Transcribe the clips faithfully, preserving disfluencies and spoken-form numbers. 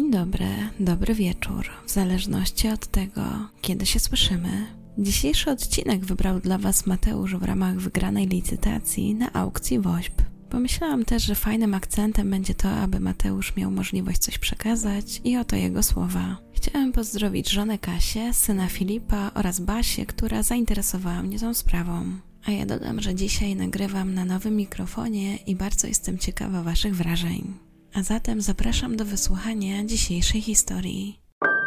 Dzień dobry, dobry wieczór, w zależności od tego, kiedy się słyszymy. Dzisiejszy odcinek wybrał dla Was Mateusz w ramach wygranej licytacji na aukcji Woźb. Pomyślałam też, że fajnym akcentem będzie to, aby Mateusz miał możliwość coś przekazać i oto jego słowa. Chciałem pozdrowić żonę Kasię, syna Filipa oraz Basię, która zainteresowała mnie tą sprawą. A ja dodam, że dzisiaj nagrywam na nowym mikrofonie i bardzo jestem ciekawa Waszych wrażeń. A zatem zapraszam do wysłuchania dzisiejszej historii.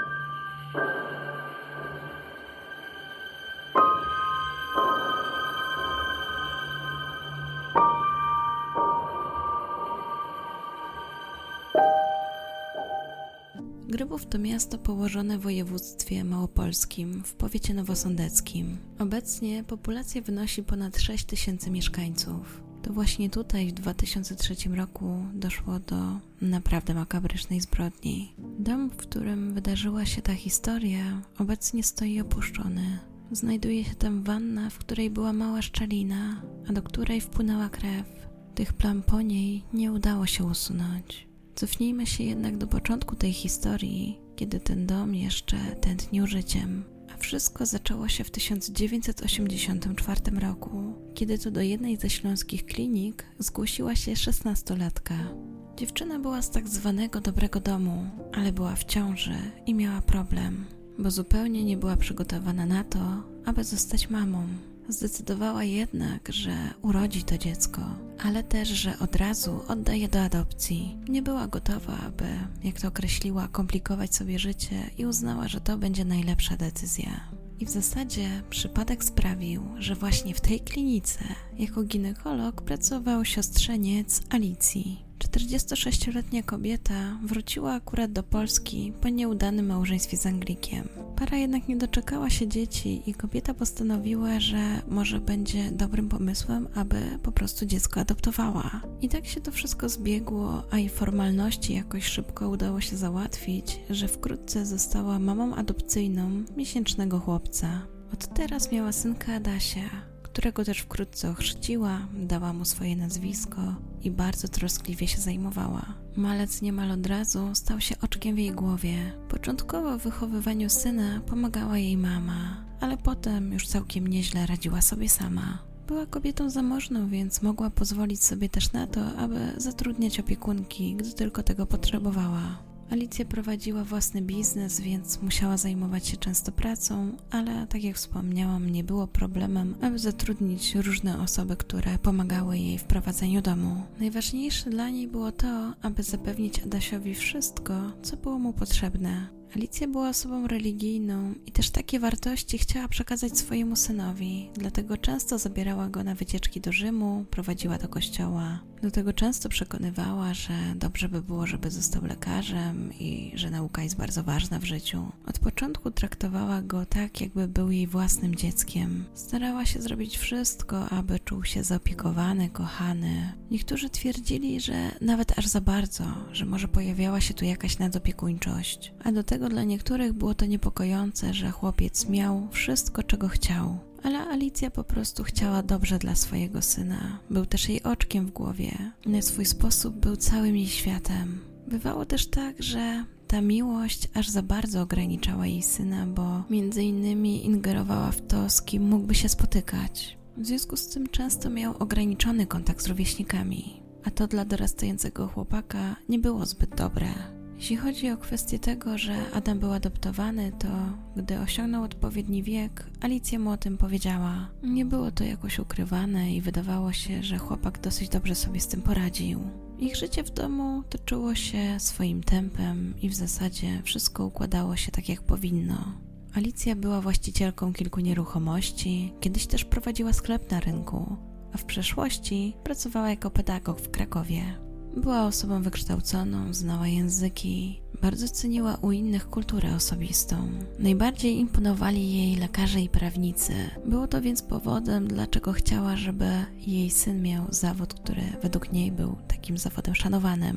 Grybów to miasto położone w województwie małopolskim, w powiecie nowosądeckim. Obecnie populacja wynosi ponad sześć tysięcy mieszkańców. To właśnie tutaj w dwa tysiące trzecim roku doszło do naprawdę makabrycznej zbrodni. Dom, w którym wydarzyła się ta historia, obecnie stoi opuszczony. Znajduje się tam wanna, w której była mała szczelina, a do której wpłynęła krew. Tych plam po niej nie udało się usunąć. Cofnijmy się jednak do początku tej historii, kiedy ten dom jeszcze tętnił życiem. A wszystko zaczęło się w tysiąc dziewięćset osiemdziesiątym czwartym roku, kiedy to do jednej ze śląskich klinik zgłosiła się szesnastolatka. Dziewczyna była z tak zwanego dobrego domu, ale była w ciąży i miała problem, bo zupełnie nie była przygotowana na to, aby zostać mamą. Zdecydowała jednak, że urodzi to dziecko, ale też, że od razu odda je do adopcji. Nie była gotowa, aby, jak to określiła, komplikować sobie życie i uznała, że to będzie najlepsza decyzja. I w zasadzie przypadek sprawił, że właśnie w tej klinice jako ginekolog pracował siostrzeniec Alicji. czterdziestosześcioletnia kobieta wróciła akurat do Polski po nieudanym małżeństwie z Anglikiem. Para jednak nie doczekała się dzieci i kobieta postanowiła, że może będzie dobrym pomysłem, aby po prostu dziecko adoptowała. I tak się to wszystko zbiegło, a i formalności jakoś szybko udało się załatwić, że wkrótce została mamą adopcyjną miesięcznego chłopca. Od teraz miała synka Adasia, którego też wkrótce ochrzciła, dała mu swoje nazwisko i bardzo troskliwie się zajmowała. Malec niemal od razu stał się oczkiem w jej głowie. Początkowo w wychowywaniu syna pomagała jej mama, ale potem już całkiem nieźle radziła sobie sama. Była kobietą zamożną, więc mogła pozwolić sobie też na to, aby zatrudniać opiekunki, gdy tylko tego potrzebowała. Alicja prowadziła własny biznes, więc musiała zajmować się często pracą, ale tak jak wspomniałam, nie było problemem, aby zatrudnić różne osoby, które pomagały jej w prowadzeniu domu. Najważniejsze dla niej było to, aby zapewnić Adasiowi wszystko, co było mu potrzebne. Alicja była osobą religijną i też takie wartości chciała przekazać swojemu synowi, dlatego często zabierała go na wycieczki do Rzymu, prowadziła do kościoła. Do tego często przekonywała, że dobrze by było, żeby został lekarzem i że nauka jest bardzo ważna w życiu. Od początku traktowała go tak, jakby był jej własnym dzieckiem. Starała się zrobić wszystko, aby czuł się zaopiekowany, kochany. Niektórzy twierdzili, że nawet aż za bardzo, że może pojawiała się tu jakaś nadopiekuńczość. A do tego dla niektórych było to niepokojące, że chłopiec miał wszystko, czego chciał. Ale Alicja po prostu chciała dobrze dla swojego syna. Był też jej oczkiem w głowie. Na swój sposób był całym jej światem. Bywało też tak, że ta miłość aż za bardzo ograniczała jej syna, bo między innymi ingerowała w to, z kim mógłby się spotykać. W związku z tym często miał ograniczony kontakt z rówieśnikami, a to dla dorastającego chłopaka nie było zbyt dobre. Jeśli chodzi o kwestię tego, że Adam był adoptowany, to gdy osiągnął odpowiedni wiek, Alicja mu o tym powiedziała. Nie było to jakoś ukrywane i wydawało się, że chłopak dosyć dobrze sobie z tym poradził. Ich życie w domu toczyło się swoim tempem i w zasadzie wszystko układało się tak, jak powinno. Alicja była właścicielką kilku nieruchomości, kiedyś też prowadziła sklep na rynku, a w przeszłości pracowała jako pedagog w Krakowie. Była osobą wykształconą, znała języki, bardzo ceniła u innych kulturę osobistą. Najbardziej imponowali jej lekarze i prawnicy. Było to więc powodem, dlaczego chciała, żeby jej syn miał zawód, który według niej był takim zawodem szanowanym.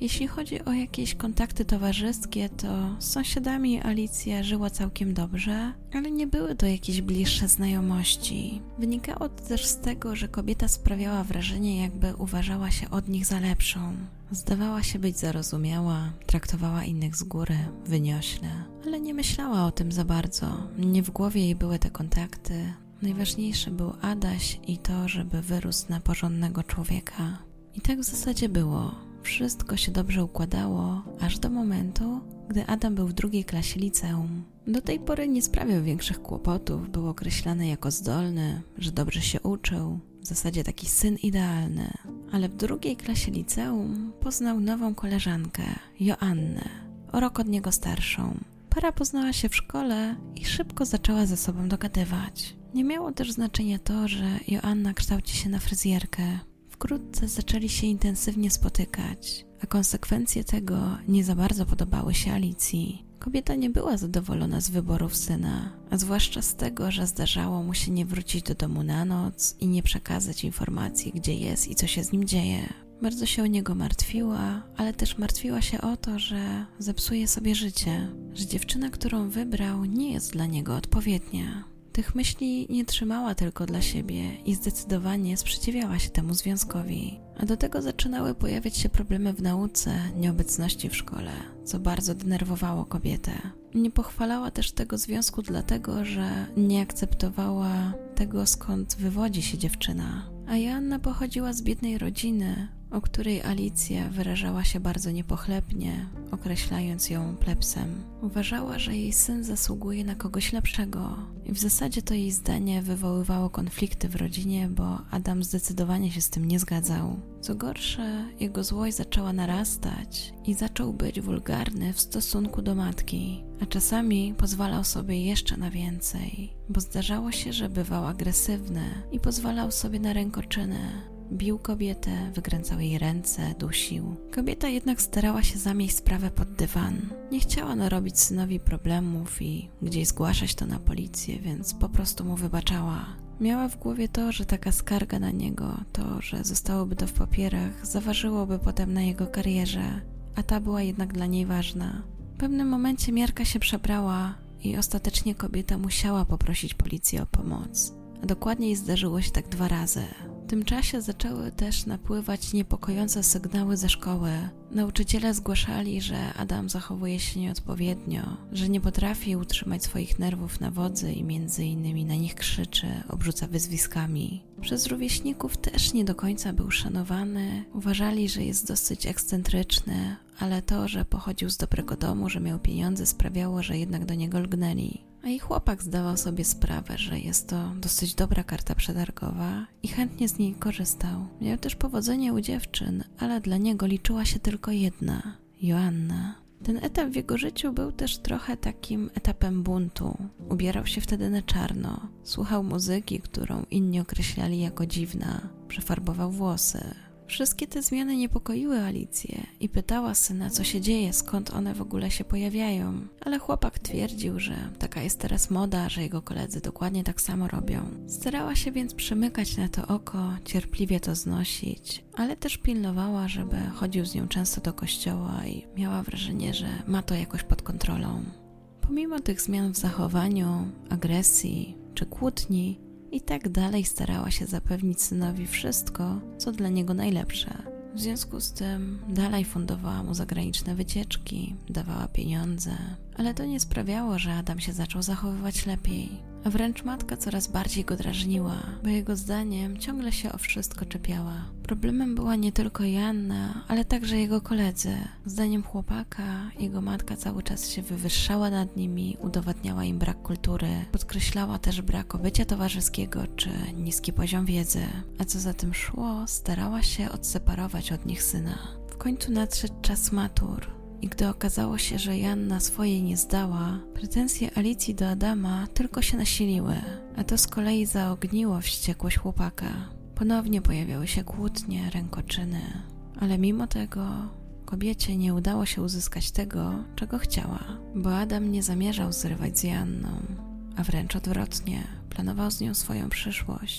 Jeśli chodzi o jakieś kontakty towarzyskie, to z sąsiadami Alicja żyła całkiem dobrze, ale nie były to jakieś bliższe znajomości. Wynikało to też z tego, że kobieta sprawiała wrażenie, jakby uważała się od nich za lepszą. Zdawała się być zarozumiała, traktowała innych z góry, wyniośle, ale nie myślała o tym za bardzo. Nie w głowie jej były te kontakty. Najważniejszy był Adaś i to, żeby wyrósł na porządnego człowieka. I tak w zasadzie było. Wszystko się dobrze układało, aż do momentu, gdy Adam był w drugiej klasie liceum. Do tej pory nie sprawiał większych kłopotów, był określany jako zdolny, że dobrze się uczył, w zasadzie taki syn idealny. Ale w drugiej klasie liceum poznał nową koleżankę, Joannę, o rok od niego starszą. Para poznała się w szkole i szybko zaczęła ze sobą dogadywać. Nie miało też znaczenia to, że Joanna kształci się na fryzjerkę. Wkrótce zaczęli się intensywnie spotykać, a konsekwencje tego nie za bardzo podobały się Alicji. Kobieta nie była zadowolona z wyborów syna, a zwłaszcza z tego, że zdarzało mu się nie wrócić do domu na noc i nie przekazać informacji, gdzie jest i co się z nim dzieje. Bardzo się o niego martwiła, ale też martwiła się o to, że zepsuje sobie życie, że dziewczyna, którą wybrał, nie jest dla niego odpowiednia. Tych myśli nie trzymała tylko dla siebie i zdecydowanie sprzeciwiała się temu związkowi. A do tego zaczynały pojawiać się problemy w nauce, nieobecności w szkole, co bardzo denerwowało kobietę. Nie pochwalała też tego związku dlatego, że nie akceptowała tego, skąd wywodzi się dziewczyna. A Joanna pochodziła z biednej rodziny, o której Alicja wyrażała się bardzo niepochlebnie, określając ją plebsem. Uważała, że jej syn zasługuje na kogoś lepszego i w zasadzie to jej zdanie wywoływało konflikty w rodzinie, bo Adam zdecydowanie się z tym nie zgadzał. Co gorsze, jego złość zaczęła narastać i zaczął być wulgarny w stosunku do matki, a czasami pozwalał sobie jeszcze na więcej, bo zdarzało się, że bywał agresywny i pozwalał sobie na rękoczyny. Bił kobietę, wykręcał jej ręce, dusił. Kobieta jednak starała się zamieść sprawę pod dywan. Nie chciała narobić synowi problemów i gdzieś zgłaszać to na policję, więc po prostu mu wybaczała. Miała w głowie to, że taka skarga na niego, to, że zostałoby to w papierach, zaważyłoby potem na jego karierze, a ta była jednak dla niej ważna. W pewnym momencie miarka się przebrała i ostatecznie kobieta musiała poprosić policję o pomoc. A dokładniej zdarzyło się tak dwa razy. W tym czasie zaczęły też napływać niepokojące sygnały ze szkoły. Nauczyciele zgłaszali, że Adam zachowuje się nieodpowiednio, że nie potrafi utrzymać swoich nerwów na wodzy i między innymi na nich krzyczy, obrzuca wyzwiskami. Przez rówieśników też nie do końca był szanowany. Uważali, że jest dosyć ekscentryczny, ale to, że pochodził z dobrego domu, że miał pieniądze, sprawiało, że jednak do niego lgnęli. A i chłopak zdawał sobie sprawę, że jest to dosyć dobra karta przetargowa i chętnie z niej korzystał. Miał też powodzenie u dziewczyn, ale dla niego liczyła się tylko jedna – Joanna. Ten etap w jego życiu był też trochę takim etapem buntu. Ubierał się wtedy na czarno, słuchał muzyki, którą inni określali jako dziwna, przefarbował włosy. Wszystkie te zmiany niepokoiły Alicję i pytała syna, co się dzieje, skąd one w ogóle się pojawiają. Ale chłopak twierdził, że taka jest teraz moda, że jego koledzy dokładnie tak samo robią. Starała się więc przymykać na to oko, cierpliwie to znosić, ale też pilnowała, żeby chodził z nią często do kościoła i miała wrażenie, że ma to jakoś pod kontrolą. Pomimo tych zmian w zachowaniu, agresji czy kłótni, i tak dalej starała się zapewnić synowi wszystko, co dla niego najlepsze. W związku z tym dalej fundowała mu zagraniczne wycieczki, dawała pieniądze, ale to nie sprawiało, że Adam się zaczął zachowywać lepiej. A wręcz matka coraz bardziej go drażniła, bo jego zdaniem ciągle się o wszystko czepiała. Problemem była nie tylko Joanna, ale także jego koledzy. Zdaniem chłopaka jego matka cały czas się wywyższała nad nimi, udowadniała im brak kultury, podkreślała też brak obycia towarzyskiego czy niski poziom wiedzy. A co za tym szło, starała się odseparować od nich syna. W końcu nadszedł czas matur. I gdy okazało się, że Joanna swojej nie zdała, pretensje Alicji do Adama tylko się nasiliły, a to z kolei zaogniło wściekłość chłopaka. Ponownie pojawiały się kłótnie, rękoczyny, ale mimo tego kobiecie nie udało się uzyskać tego, czego chciała, bo Adam nie zamierzał zrywać z Joanną, a wręcz odwrotnie, planował z nią swoją przyszłość.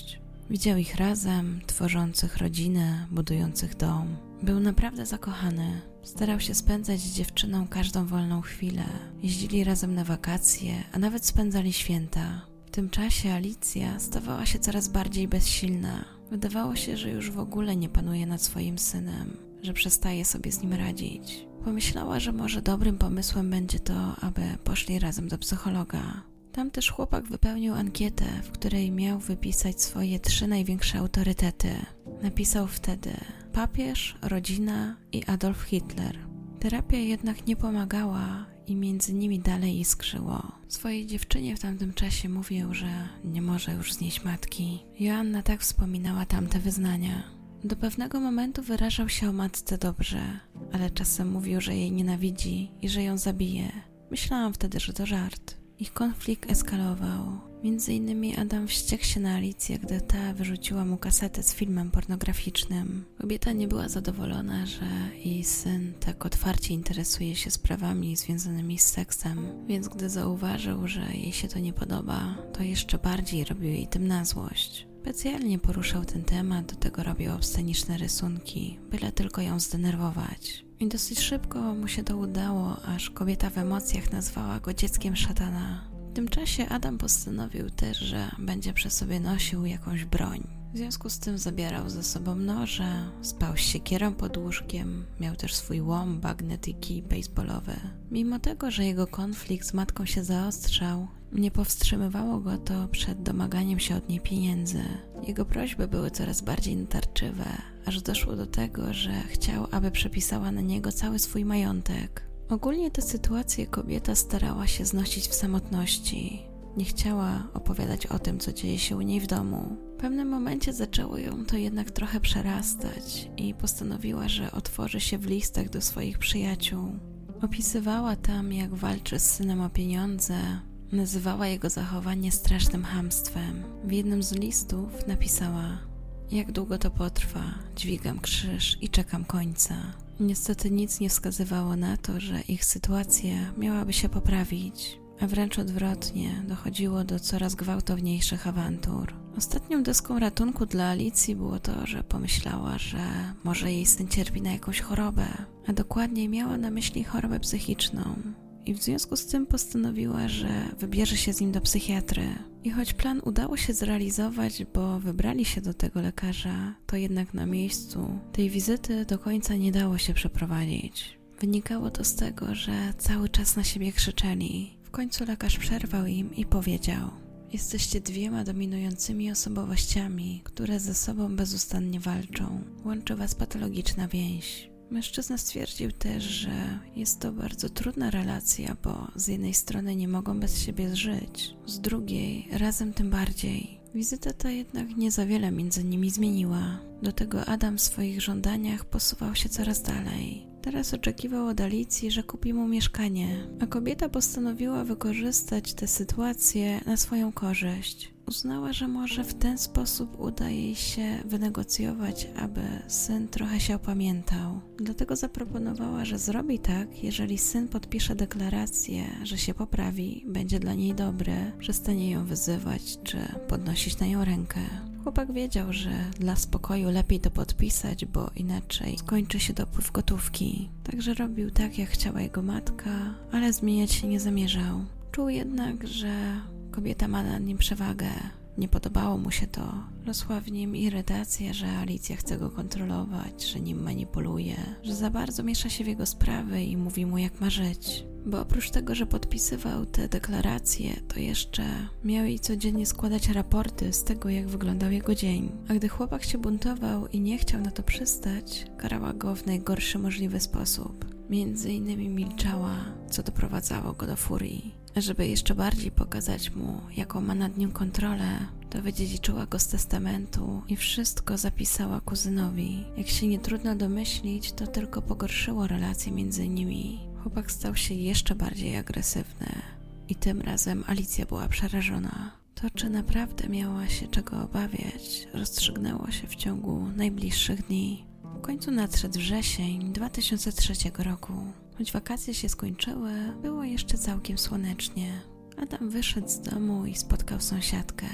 Widział ich razem, tworzących rodzinę, budujących dom. Był naprawdę zakochany. Starał się spędzać z dziewczyną każdą wolną chwilę. Jeździli razem na wakacje, a nawet spędzali święta. W tym czasie Alicja stawała się coraz bardziej bezsilna. Wydawało się, że już w ogóle nie panuje nad swoim synem, że przestaje sobie z nim radzić. Pomyślała, że może dobrym pomysłem będzie to, aby poszli razem do psychologa. Tam też chłopak wypełnił ankietę, w której miał wypisać swoje trzy największe autorytety. Napisał wtedy papież, rodzina i Adolf Hitler. Terapia jednak nie pomagała i między nimi dalej iskrzyło. Swojej dziewczynie w tamtym czasie mówił, że nie może już znieść matki. Joanna tak wspominała tamte wyznania. Do pewnego momentu wyrażał się o matce dobrze, ale czasem mówił, że jej nienawidzi i że ją zabije. Myślałam wtedy, że to żart. Ich konflikt eskalował. Między innymi Adam wściekł się na Alicję, gdy ta wyrzuciła mu kasetę z filmem pornograficznym. Kobieta nie była zadowolona, że jej syn tak otwarcie interesuje się sprawami związanymi z seksem, więc gdy zauważył, że jej się to nie podoba, to jeszcze bardziej robił jej tym na złość. Specjalnie poruszał ten temat, do tego robił obsceniczne rysunki, byle tylko ją zdenerwować. I dosyć szybko mu się to udało, aż kobieta w emocjach nazwała go dzieckiem szatana. W tym czasie Adam postanowił też, że będzie przy sobie nosił jakąś broń. W związku z tym zabierał ze sobą noże, spał z siekierą pod łóżkiem, miał też swój łom, bagnet i kij baseballowy. Mimo tego, że jego konflikt z matką się zaostrzał, nie powstrzymywało go to przed domaganiem się od niej pieniędzy. Jego prośby były coraz bardziej natarczywe, aż doszło do tego, że chciał, aby przepisała na niego cały swój majątek. Ogólnie tę sytuację kobieta starała się znosić w samotności. Nie chciała opowiadać o tym, co dzieje się u niej w domu. W pewnym momencie zaczęło ją to jednak trochę przerastać i postanowiła, że otworzy się w listach do swoich przyjaciół. Opisywała tam, jak walczy z synem o pieniądze, nazywała jego zachowanie strasznym chamstwem. W jednym z listów napisała: jak długo to potrwa, dźwigam krzyż i czekam końca. Niestety nic nie wskazywało na to, że ich sytuacja miałaby się poprawić, a wręcz odwrotnie, dochodziło do coraz gwałtowniejszych awantur. Ostatnią deską ratunku dla Alicji było to, że pomyślała, że może jej syn cierpi na jakąś chorobę, a dokładniej miała na myśli chorobę psychiczną. I w związku z tym postanowiła, że wybierze się z nim do psychiatry. I choć plan udało się zrealizować, bo wybrali się do tego lekarza, to jednak na miejscu tej wizyty do końca nie dało się przeprowadzić. Wynikało to z tego, że cały czas na siebie krzyczeli. W końcu lekarz przerwał im i powiedział: jesteście dwiema dominującymi osobowościami, które ze sobą bezustannie walczą. Łączy was patologiczna więź. Mężczyzna stwierdził też, że jest to bardzo trudna relacja, bo z jednej strony nie mogą bez siebie żyć, z drugiej razem tym bardziej. Wizyta ta jednak nie za wiele między nimi zmieniła. Do tego Adam w swoich żądaniach posuwał się coraz dalej. Teraz oczekiwał od Alicji, że kupi mu mieszkanie, a kobieta postanowiła wykorzystać tę sytuację na swoją korzyść. Uznała, że może w ten sposób uda jej się wynegocjować, aby syn trochę się opamiętał. Dlatego zaproponowała, że zrobi tak, jeżeli syn podpisze deklarację, że się poprawi, będzie dla niej dobry, przestanie ją wyzywać czy podnosić na nią rękę. Chłopak wiedział, że dla spokoju lepiej to podpisać, bo inaczej skończy się dopływ gotówki. Także robił tak, jak chciała jego matka, ale zmieniać się nie zamierzał. Czuł jednak, że kobieta ma nad nim przewagę. Nie podobało mu się to. Rosła w nim irytacja, że Alicja chce go kontrolować, że nim manipuluje, że za bardzo miesza się w jego sprawy i mówi mu, jak ma żyć. Bo oprócz tego, że podpisywał te deklaracje, to jeszcze miał jej codziennie składać raporty z tego, jak wyglądał jego dzień. A gdy chłopak się buntował i nie chciał na to przystać, karała go w najgorszy możliwy sposób. Między innymi milczała, co doprowadzało go do furii. A żeby jeszcze bardziej pokazać mu, jaką ma nad nim kontrolę, to wydziedziczyła go z testamentu i wszystko zapisała kuzynowi. Jak się nie trudno domyślić, to tylko pogorszyło relacje między nimi. Chłopak stał się jeszcze bardziej agresywny i tym razem Alicja była przerażona. To, czy naprawdę miała się czego obawiać, rozstrzygnęło się w ciągu najbliższych dni. W końcu nadszedł wrzesień dwa tysiące trzeciego roku. Choć wakacje się skończyły, było jeszcze całkiem słonecznie. Adam wyszedł z domu i spotkał sąsiadkę.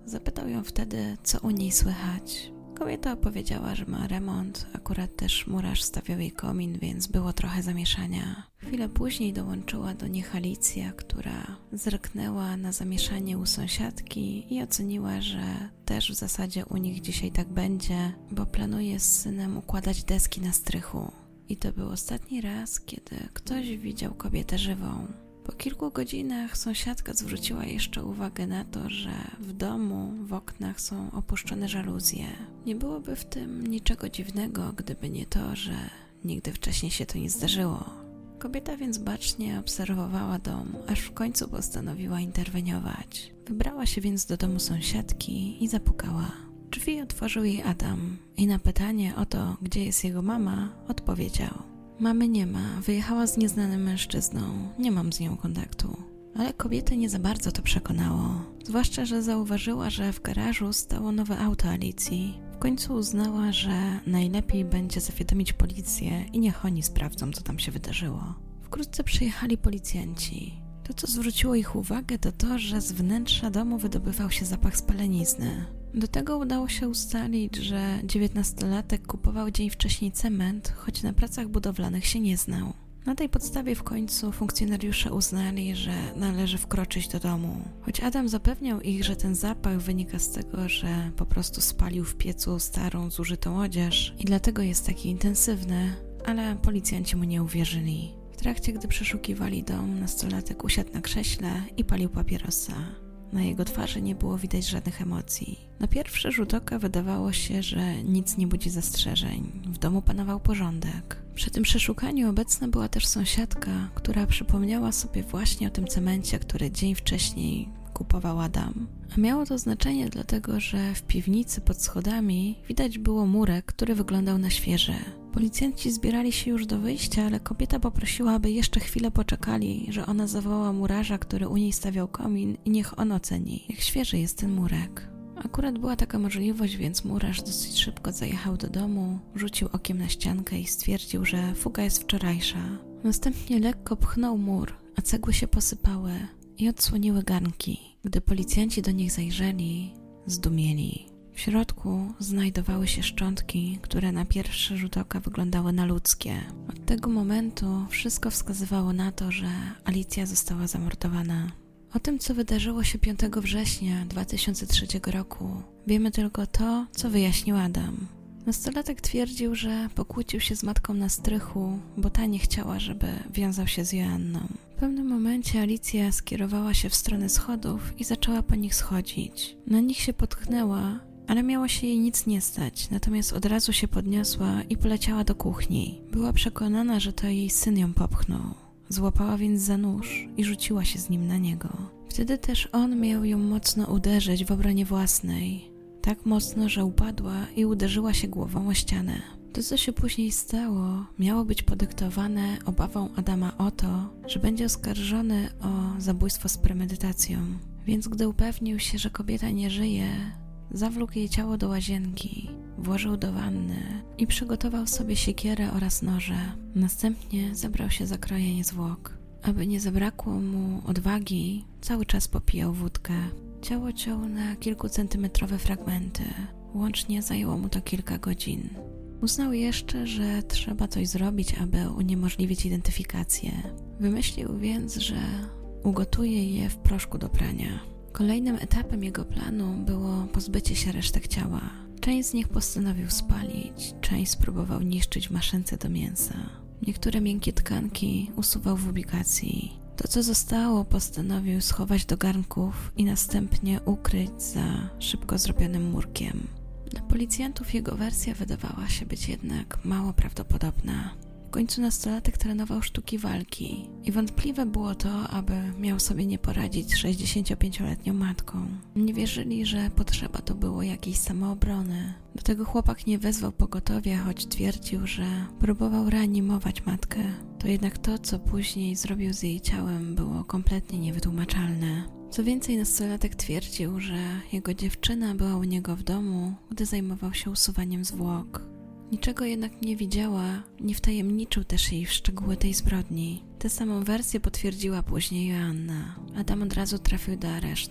Zapytał ją wtedy, co u niej słychać. Kobieta opowiedziała, że ma remont, akurat też murarz stawiał jej komin, więc było trochę zamieszania. Chwilę później dołączyła do nich Alicja, która zerknęła na zamieszanie u sąsiadki i oceniła, że też w zasadzie u nich dzisiaj tak będzie, bo planuje z synem układać deski na strychu. I to był ostatni raz, kiedy ktoś widział kobietę żywą. Po kilku godzinach sąsiadka zwróciła jeszcze uwagę na to, że w domu w oknach są opuszczone żaluzje. Nie byłoby w tym niczego dziwnego, gdyby nie to, że nigdy wcześniej się to nie zdarzyło. Kobieta więc bacznie obserwowała dom, aż w końcu postanowiła interweniować. Wybrała się więc do domu sąsiadki i zapukała. Drzwi otworzył jej Adam i na pytanie o to, gdzie jest jego mama, odpowiedział: mamy nie ma, wyjechała z nieznanym mężczyzną, nie mam z nią kontaktu. Ale kobietę nie za bardzo to przekonało, zwłaszcza, że zauważyła, że w garażu stało nowe auto Alicji. W końcu uznała, że najlepiej będzie zawiadomić policję i niech oni sprawdzą, co tam się wydarzyło. Wkrótce przyjechali policjanci. To, co zwróciło ich uwagę, to to, że z wnętrza domu wydobywał się zapach spalenizny. Do tego udało się ustalić, że dziewiętnastolatek kupował dzień wcześniej cement, choć na pracach budowlanych się nie znał. Na tej podstawie w końcu funkcjonariusze uznali, że należy wkroczyć do domu. Choć Adam zapewniał ich, że ten zapach wynika z tego, że po prostu spalił w piecu starą, zużytą odzież i dlatego jest taki intensywny, ale policjanci mu nie uwierzyli. W trakcie, gdy przeszukiwali dom, nastolatek usiadł na krześle i palił papierosa. Na jego twarzy nie było widać żadnych emocji. Na pierwszy rzut oka wydawało się, że nic nie budzi zastrzeżeń. W domu panował porządek. Przy tym przeszukaniu obecna była też sąsiadka, która przypomniała sobie właśnie o tym cemencie, który dzień wcześniej kupował Adam. A miało to znaczenie dlatego, że w piwnicy pod schodami widać było murek, który wyglądał na świeży. Policjanci zbierali się już do wyjścia, ale kobieta poprosiła, aby jeszcze chwilę poczekali, że ona zawołała murarza, który u niej stawiał komin i niech on oceni, jak świeży jest ten murek. Akurat była taka możliwość, więc murarz dosyć szybko zajechał do domu, rzucił okiem na ściankę i stwierdził, że fuga jest wczorajsza. Następnie lekko pchnął mur, a cegły się posypały i odsłoniły garnki. Gdy policjanci do nich zajrzeli, zdumieli. W środku znajdowały się szczątki, które na pierwszy rzut oka wyglądały na ludzkie. Od tego momentu wszystko wskazywało na to, że Alicja została zamordowana. O tym, co wydarzyło się piątego września dwa tysiące trzeciego roku, wiemy tylko to, co wyjaśnił Adam. Nastolatek twierdził, że pokłócił się z matką na strychu, bo ta nie chciała, żeby wiązał się z Joanną. W pewnym momencie Alicja skierowała się w stronę schodów i zaczęła po nich schodzić. Na nich się potknęła, ale miało się jej nic nie stać, natomiast od razu się podniosła i poleciała do kuchni. Była przekonana, że to jej syn ją popchnął. Złapała więc za nóż i rzuciła się z nim na niego. Wtedy też on miał ją mocno uderzyć w obronie własnej. Tak mocno, że upadła i uderzyła się głową o ścianę. To, co się później stało, miało być podyktowane obawą Adama o to, że będzie oskarżony o zabójstwo z premedytacją. Więc gdy upewnił się, że kobieta nie żyje, zawlókł jej ciało do łazienki, włożył do wanny i przygotował sobie siekierę oraz noże. Następnie zabrał się za krojenie zwłok. Aby nie zabrakło mu odwagi, cały czas popijał wódkę. Ciało ciął na kilkucentymetrowe fragmenty. Łącznie zajęło mu to kilka godzin. Uznał jeszcze, że trzeba coś zrobić, aby uniemożliwić identyfikację. Wymyślił więc, że ugotuje je w proszku do prania. Kolejnym etapem jego planu było pozbycie się resztek ciała. Część z nich postanowił spalić, część spróbował niszczyć w maszynce do mięsa. Niektóre miękkie tkanki usuwał w ubikacji. To, co zostało, postanowił schować do garnków i następnie ukryć za szybko zrobionym murkiem. Dla policjantów jego wersja wydawała się być jednak mało prawdopodobna. W końcu nastolatek trenował sztuki walki i wątpliwe było to, aby miał sobie nie poradzić z sześćdziesięciopięcioletnią matką. Nie wierzyli, że potrzeba to było jakiejś samoobrony. Do tego chłopak nie wezwał pogotowia, choć twierdził, że próbował reanimować matkę. To jednak to, co później zrobił z jej ciałem, było kompletnie niewytłumaczalne. Co więcej, nastolatek twierdził, że jego dziewczyna była u niego w domu, gdy zajmował się usuwaniem zwłok. Niczego jednak nie widziała, nie wtajemniczył też jej w szczegóły tej zbrodni. Tę samą wersję potwierdziła później Joanna. Adam od razu trafił do aresztu.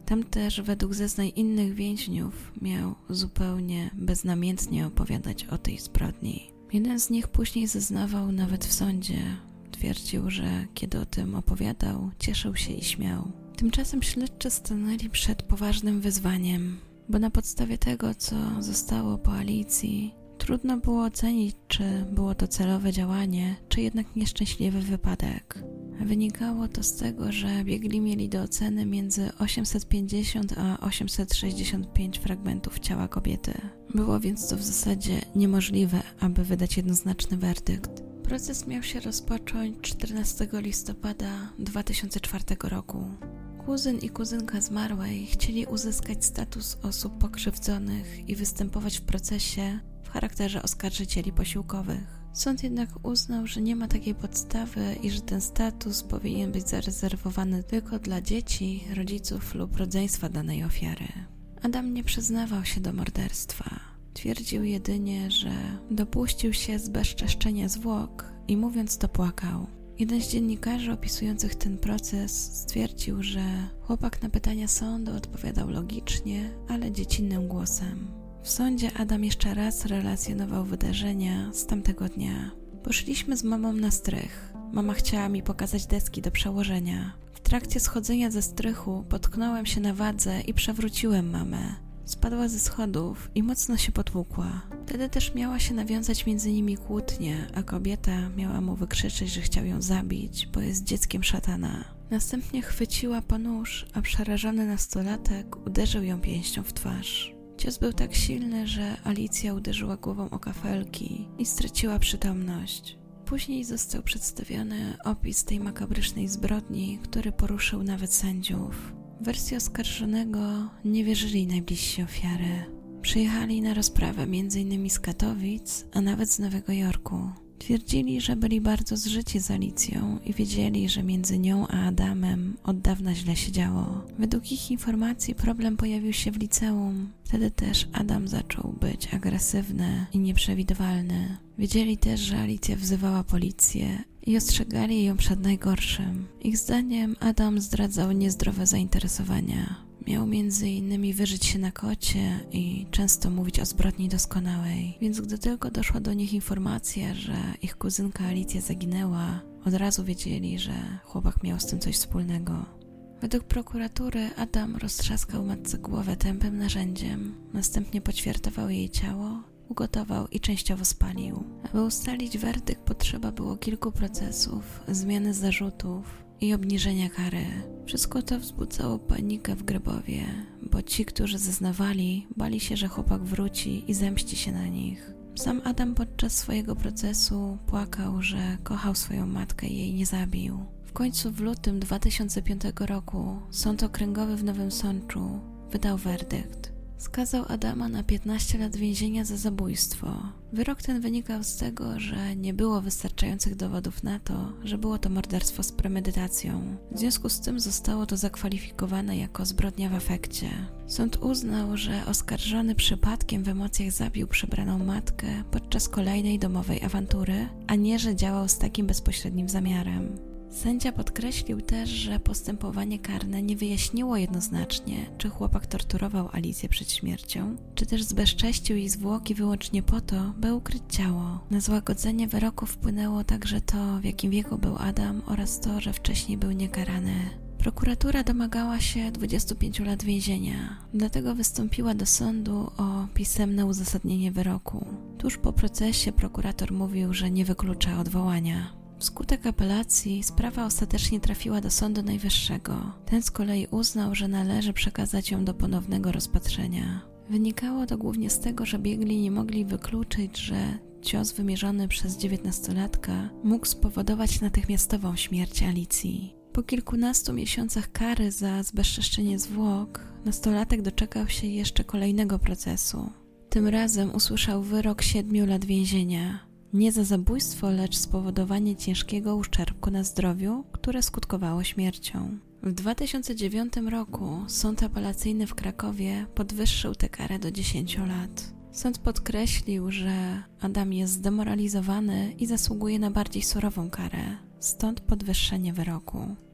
Tam też według zeznań innych więźniów miał zupełnie beznamiętnie opowiadać o tej zbrodni. Jeden z nich później zeznawał nawet w sądzie. Twierdził, że kiedy o tym opowiadał, cieszył się i śmiał. Tymczasem śledczy stanęli przed poważnym wyzwaniem, bo na podstawie tego, co zostało po Alicji, trudno było ocenić, czy było to celowe działanie, czy jednak nieszczęśliwy wypadek. Wynikało to z tego, że biegli mieli do oceny między osiemset pięćdziesiąt a osiemset sześćdziesiąt pięć fragmentów ciała kobiety. Było więc to w zasadzie niemożliwe, aby wydać jednoznaczny werdykt. Proces miał się rozpocząć czternastego listopada dwa tysiące czwartego roku. Kuzyn i kuzynka zmarłej chcieli uzyskać status osób pokrzywdzonych i występować w procesie w charakterze oskarżycieli posiłkowych. Sąd jednak uznał, że nie ma takiej podstawy i że ten status powinien być zarezerwowany tylko dla dzieci, rodziców lub rodzeństwa danej ofiary. Adam nie przyznawał się do morderstwa. Twierdził jedynie, że dopuścił się zbezczeszczenia zwłok i mówiąc to płakał. Jeden z dziennikarzy opisujących ten proces stwierdził, że chłopak na pytania sądu odpowiadał logicznie, ale dziecinnym głosem. W sądzie Adam jeszcze raz relacjonował wydarzenia z tamtego dnia. Poszliśmy z mamą na strych. Mama chciała mi pokazać deski do przełożenia. W trakcie schodzenia ze strychu potknąłem się na wadze i przewróciłem mamę. Spadła ze schodów i mocno się potłukła. Wtedy też miała się nawiązać między nimi kłótnia, a kobieta miała mu wykrzyczeć, że chciał ją zabić, bo jest dzieckiem szatana. Następnie chwyciła po nóż, a przerażony nastolatek uderzył ją pięścią w twarz. Cios był tak silny, że Alicja uderzyła głową o kafelki i straciła przytomność. Później został przedstawiony opis tej makabrycznej zbrodni, który poruszył nawet sędziów. W wersji oskarżonego nie wierzyli najbliżsi ofiary. Przyjechali na rozprawę m.in. z Katowic, a nawet z Nowego Jorku. Twierdzili, że byli bardzo zżyci z Alicją i wiedzieli, że między nią a Adamem od dawna źle się działo. Według ich informacji problem pojawił się w liceum. Wtedy też Adam zaczął być agresywny i nieprzewidywalny. Wiedzieli też, że Alicja wzywała policję i ostrzegali ją przed najgorszym. Ich zdaniem Adam zdradzał niezdrowe zainteresowania. Miał między innymi wyżyć się na kocie i często mówić o zbrodni doskonałej. Więc gdy tylko doszła do nich informacja, że ich kuzynka Alicja zaginęła, od razu wiedzieli, że chłopak miał z tym coś wspólnego. Według prokuratury Adam roztrzaskał matce głowę tępym narzędziem, następnie poćwiartował jej ciało, ugotował i częściowo spalił. Aby ustalić werdykt, potrzeba było kilku procesów, zmiany zarzutów i obniżenia kary. Wszystko to wzbudzało panikę w Grybowie, bo ci, którzy zeznawali, bali się, że chłopak wróci i zemści się na nich. Sam Adam podczas swojego procesu płakał, że kochał swoją matkę i jej nie zabił. W końcu w lutym dwa tysiące piątego roku Sąd Okręgowy w Nowym Sączu wydał werdykt. Skazał Adama na piętnaście lat więzienia za zabójstwo. Wyrok ten wynikał z tego, że nie było wystarczających dowodów na to, że było to morderstwo z premedytacją. W związku z tym zostało to zakwalifikowane jako zbrodnia w afekcie. Sąd uznał, że oskarżony przypadkiem w emocjach zabił przybraną matkę podczas kolejnej domowej awantury, a nie, że działał z takim bezpośrednim zamiarem. Sędzia podkreślił też, że postępowanie karne nie wyjaśniło jednoznacznie, czy chłopak torturował Alicję przed śmiercią, czy też zbezcześcił jej zwłoki wyłącznie po to, by ukryć ciało. Na złagodzenie wyroku wpłynęło także to, w jakim wieku był Adam oraz to, że wcześniej był niekarany. Prokuratura domagała się dwudziestu pięciu lat więzienia, dlatego wystąpiła do sądu o pisemne uzasadnienie wyroku. Tuż po procesie prokurator mówił, że nie wyklucza odwołania. Wskutek apelacji sprawa ostatecznie trafiła do Sądu Najwyższego. Ten z kolei uznał, że należy przekazać ją do ponownego rozpatrzenia. Wynikało to głównie z tego, że biegli nie mogli wykluczyć, że cios wymierzony przez dziewiętnastolatka mógł spowodować natychmiastową śmierć Alicji. Po kilkunastu miesiącach kary za zbezczeszczenie zwłok, nastolatek doczekał się jeszcze kolejnego procesu. Tym razem usłyszał wyrok siedmiu lat więzienia. Nie za zabójstwo, lecz spowodowanie ciężkiego uszczerbku na zdrowiu, które skutkowało śmiercią. W dwa tysiące dziewiątym roku Sąd Apelacyjny w Krakowie podwyższył tę karę do dziesięciu lat. Sąd podkreślił, że Adam jest zdemoralizowany i zasługuje na bardziej surową karę, stąd podwyższenie wyroku.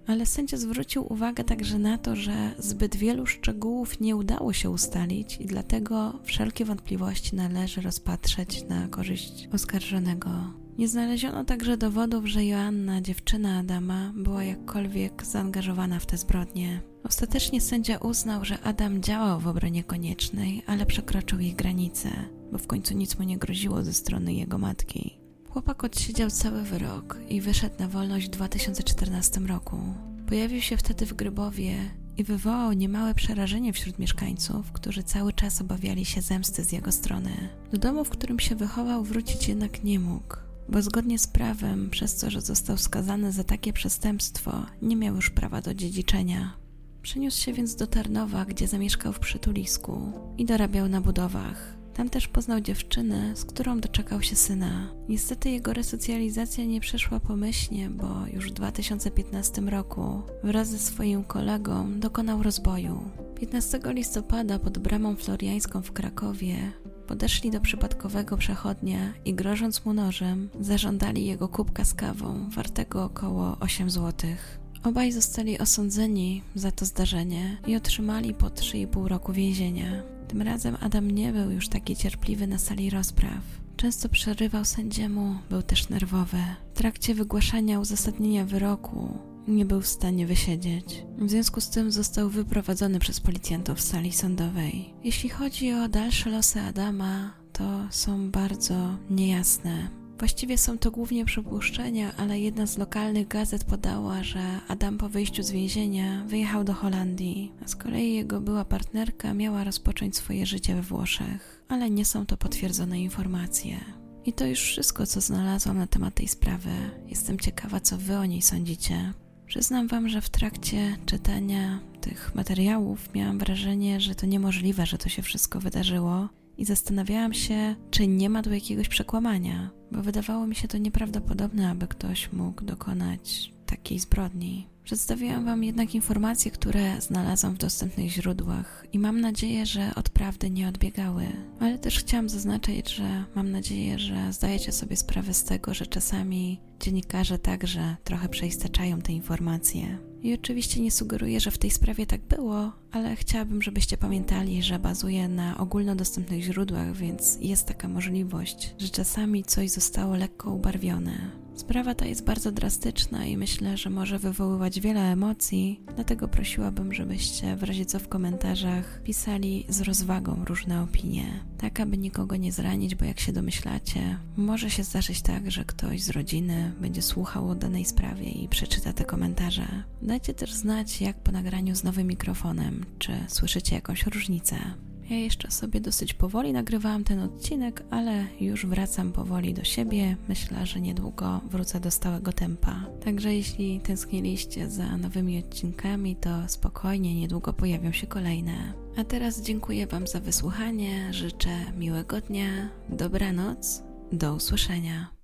Ale sędzia zwrócił uwagę także na to, że zbyt wielu szczegółów nie udało się ustalić i dlatego wszelkie wątpliwości należy rozpatrzeć na korzyść oskarżonego. Nie znaleziono także dowodów, że Joanna, dziewczyna Adama, była jakkolwiek zaangażowana w te zbrodnie. Ostatecznie sędzia uznał, że Adam działał w obronie koniecznej, ale przekroczył ich granice, bo w końcu nic mu nie groziło ze strony jego matki. Chłopak odsiedział cały wyrok i wyszedł na wolność w dwa tysiące czternastym roku. Pojawił się wtedy w Grybowie i wywołał niemałe przerażenie wśród mieszkańców, którzy cały czas obawiali się zemsty z jego strony. Do domu, w którym się wychował, wrócić jednak nie mógł, bo zgodnie z prawem, przez to, że został skazany za takie przestępstwo, nie miał już prawa do dziedziczenia. Przeniósł się więc do Tarnowa, gdzie zamieszkał w przytulisku i dorabiał na budowach. Tam też poznał dziewczynę, z którą doczekał się syna. Niestety jego resocjalizacja nie przeszła pomyślnie, bo już w dwa tysiące piętnastym roku wraz ze swoim kolegą dokonał rozboju. piętnastego listopada pod bramą floriańską w Krakowie podeszli do przypadkowego przechodnia i grożąc mu nożem, zażądali jego kubka z kawą wartego około osiem złotych. Obaj zostali osądzeni za to zdarzenie i otrzymali po trzy i pół roku więzienia. Tym razem Adam nie był już taki cierpliwy na sali rozpraw. Często przerywał sędziemu, był też nerwowy. W trakcie wygłaszania uzasadnienia wyroku nie był w stanie wysiedzieć. W związku z tym został wyprowadzony przez policjantów z sali sądowej. Jeśli chodzi o dalsze losy Adama, to są bardzo niejasne. Właściwie są to głównie przypuszczenia, ale jedna z lokalnych gazet podała, że Adam po wyjściu z więzienia wyjechał do Holandii, a z kolei jego była partnerka miała rozpocząć swoje życie we Włoszech, ale nie są to potwierdzone informacje. I to już wszystko, co znalazłam na temat tej sprawy. Jestem ciekawa, co wy o niej sądzicie. Przyznam wam, że w trakcie czytania tych materiałów miałam wrażenie, że to niemożliwe, że to się wszystko wydarzyło. I zastanawiałam się, czy nie ma tu jakiegoś przekłamania, bo wydawało mi się to nieprawdopodobne, aby ktoś mógł dokonać takiej zbrodni. Przedstawiłam wam jednak informacje, które znalazłam w dostępnych źródłach i mam nadzieję, że od prawdy nie odbiegały. Ale też chciałam zaznaczyć, że mam nadzieję, że zdajecie sobie sprawę z tego, że czasami dziennikarze także trochę przeistaczają te informacje. I oczywiście nie sugeruję, że w tej sprawie tak było, ale chciałabym, żebyście pamiętali, że bazuję na ogólnodostępnych źródłach, więc jest taka możliwość, że czasami coś zostało lekko ubarwione. Sprawa ta jest bardzo drastyczna i myślę, że może wywoływać wiele emocji, dlatego prosiłabym, żebyście w razie co w komentarzach pisali z rozwagą różne opinie, tak aby nikogo nie zranić, bo jak się domyślacie, może się zdarzyć tak, że ktoś z rodziny będzie słuchał o danej sprawie i przeczyta te komentarze. Dajcie też znać, jak po nagraniu z nowym mikrofonem, czy słyszycie jakąś różnicę. Ja jeszcze sobie dosyć powoli nagrywałam ten odcinek, ale już wracam powoli do siebie. Myślę, że niedługo wrócę do stałego tempa. Także jeśli tęskniliście za nowymi odcinkami, to spokojnie, niedługo pojawią się kolejne. A teraz dziękuję wam za wysłuchanie, życzę miłego dnia, dobranoc, do usłyszenia.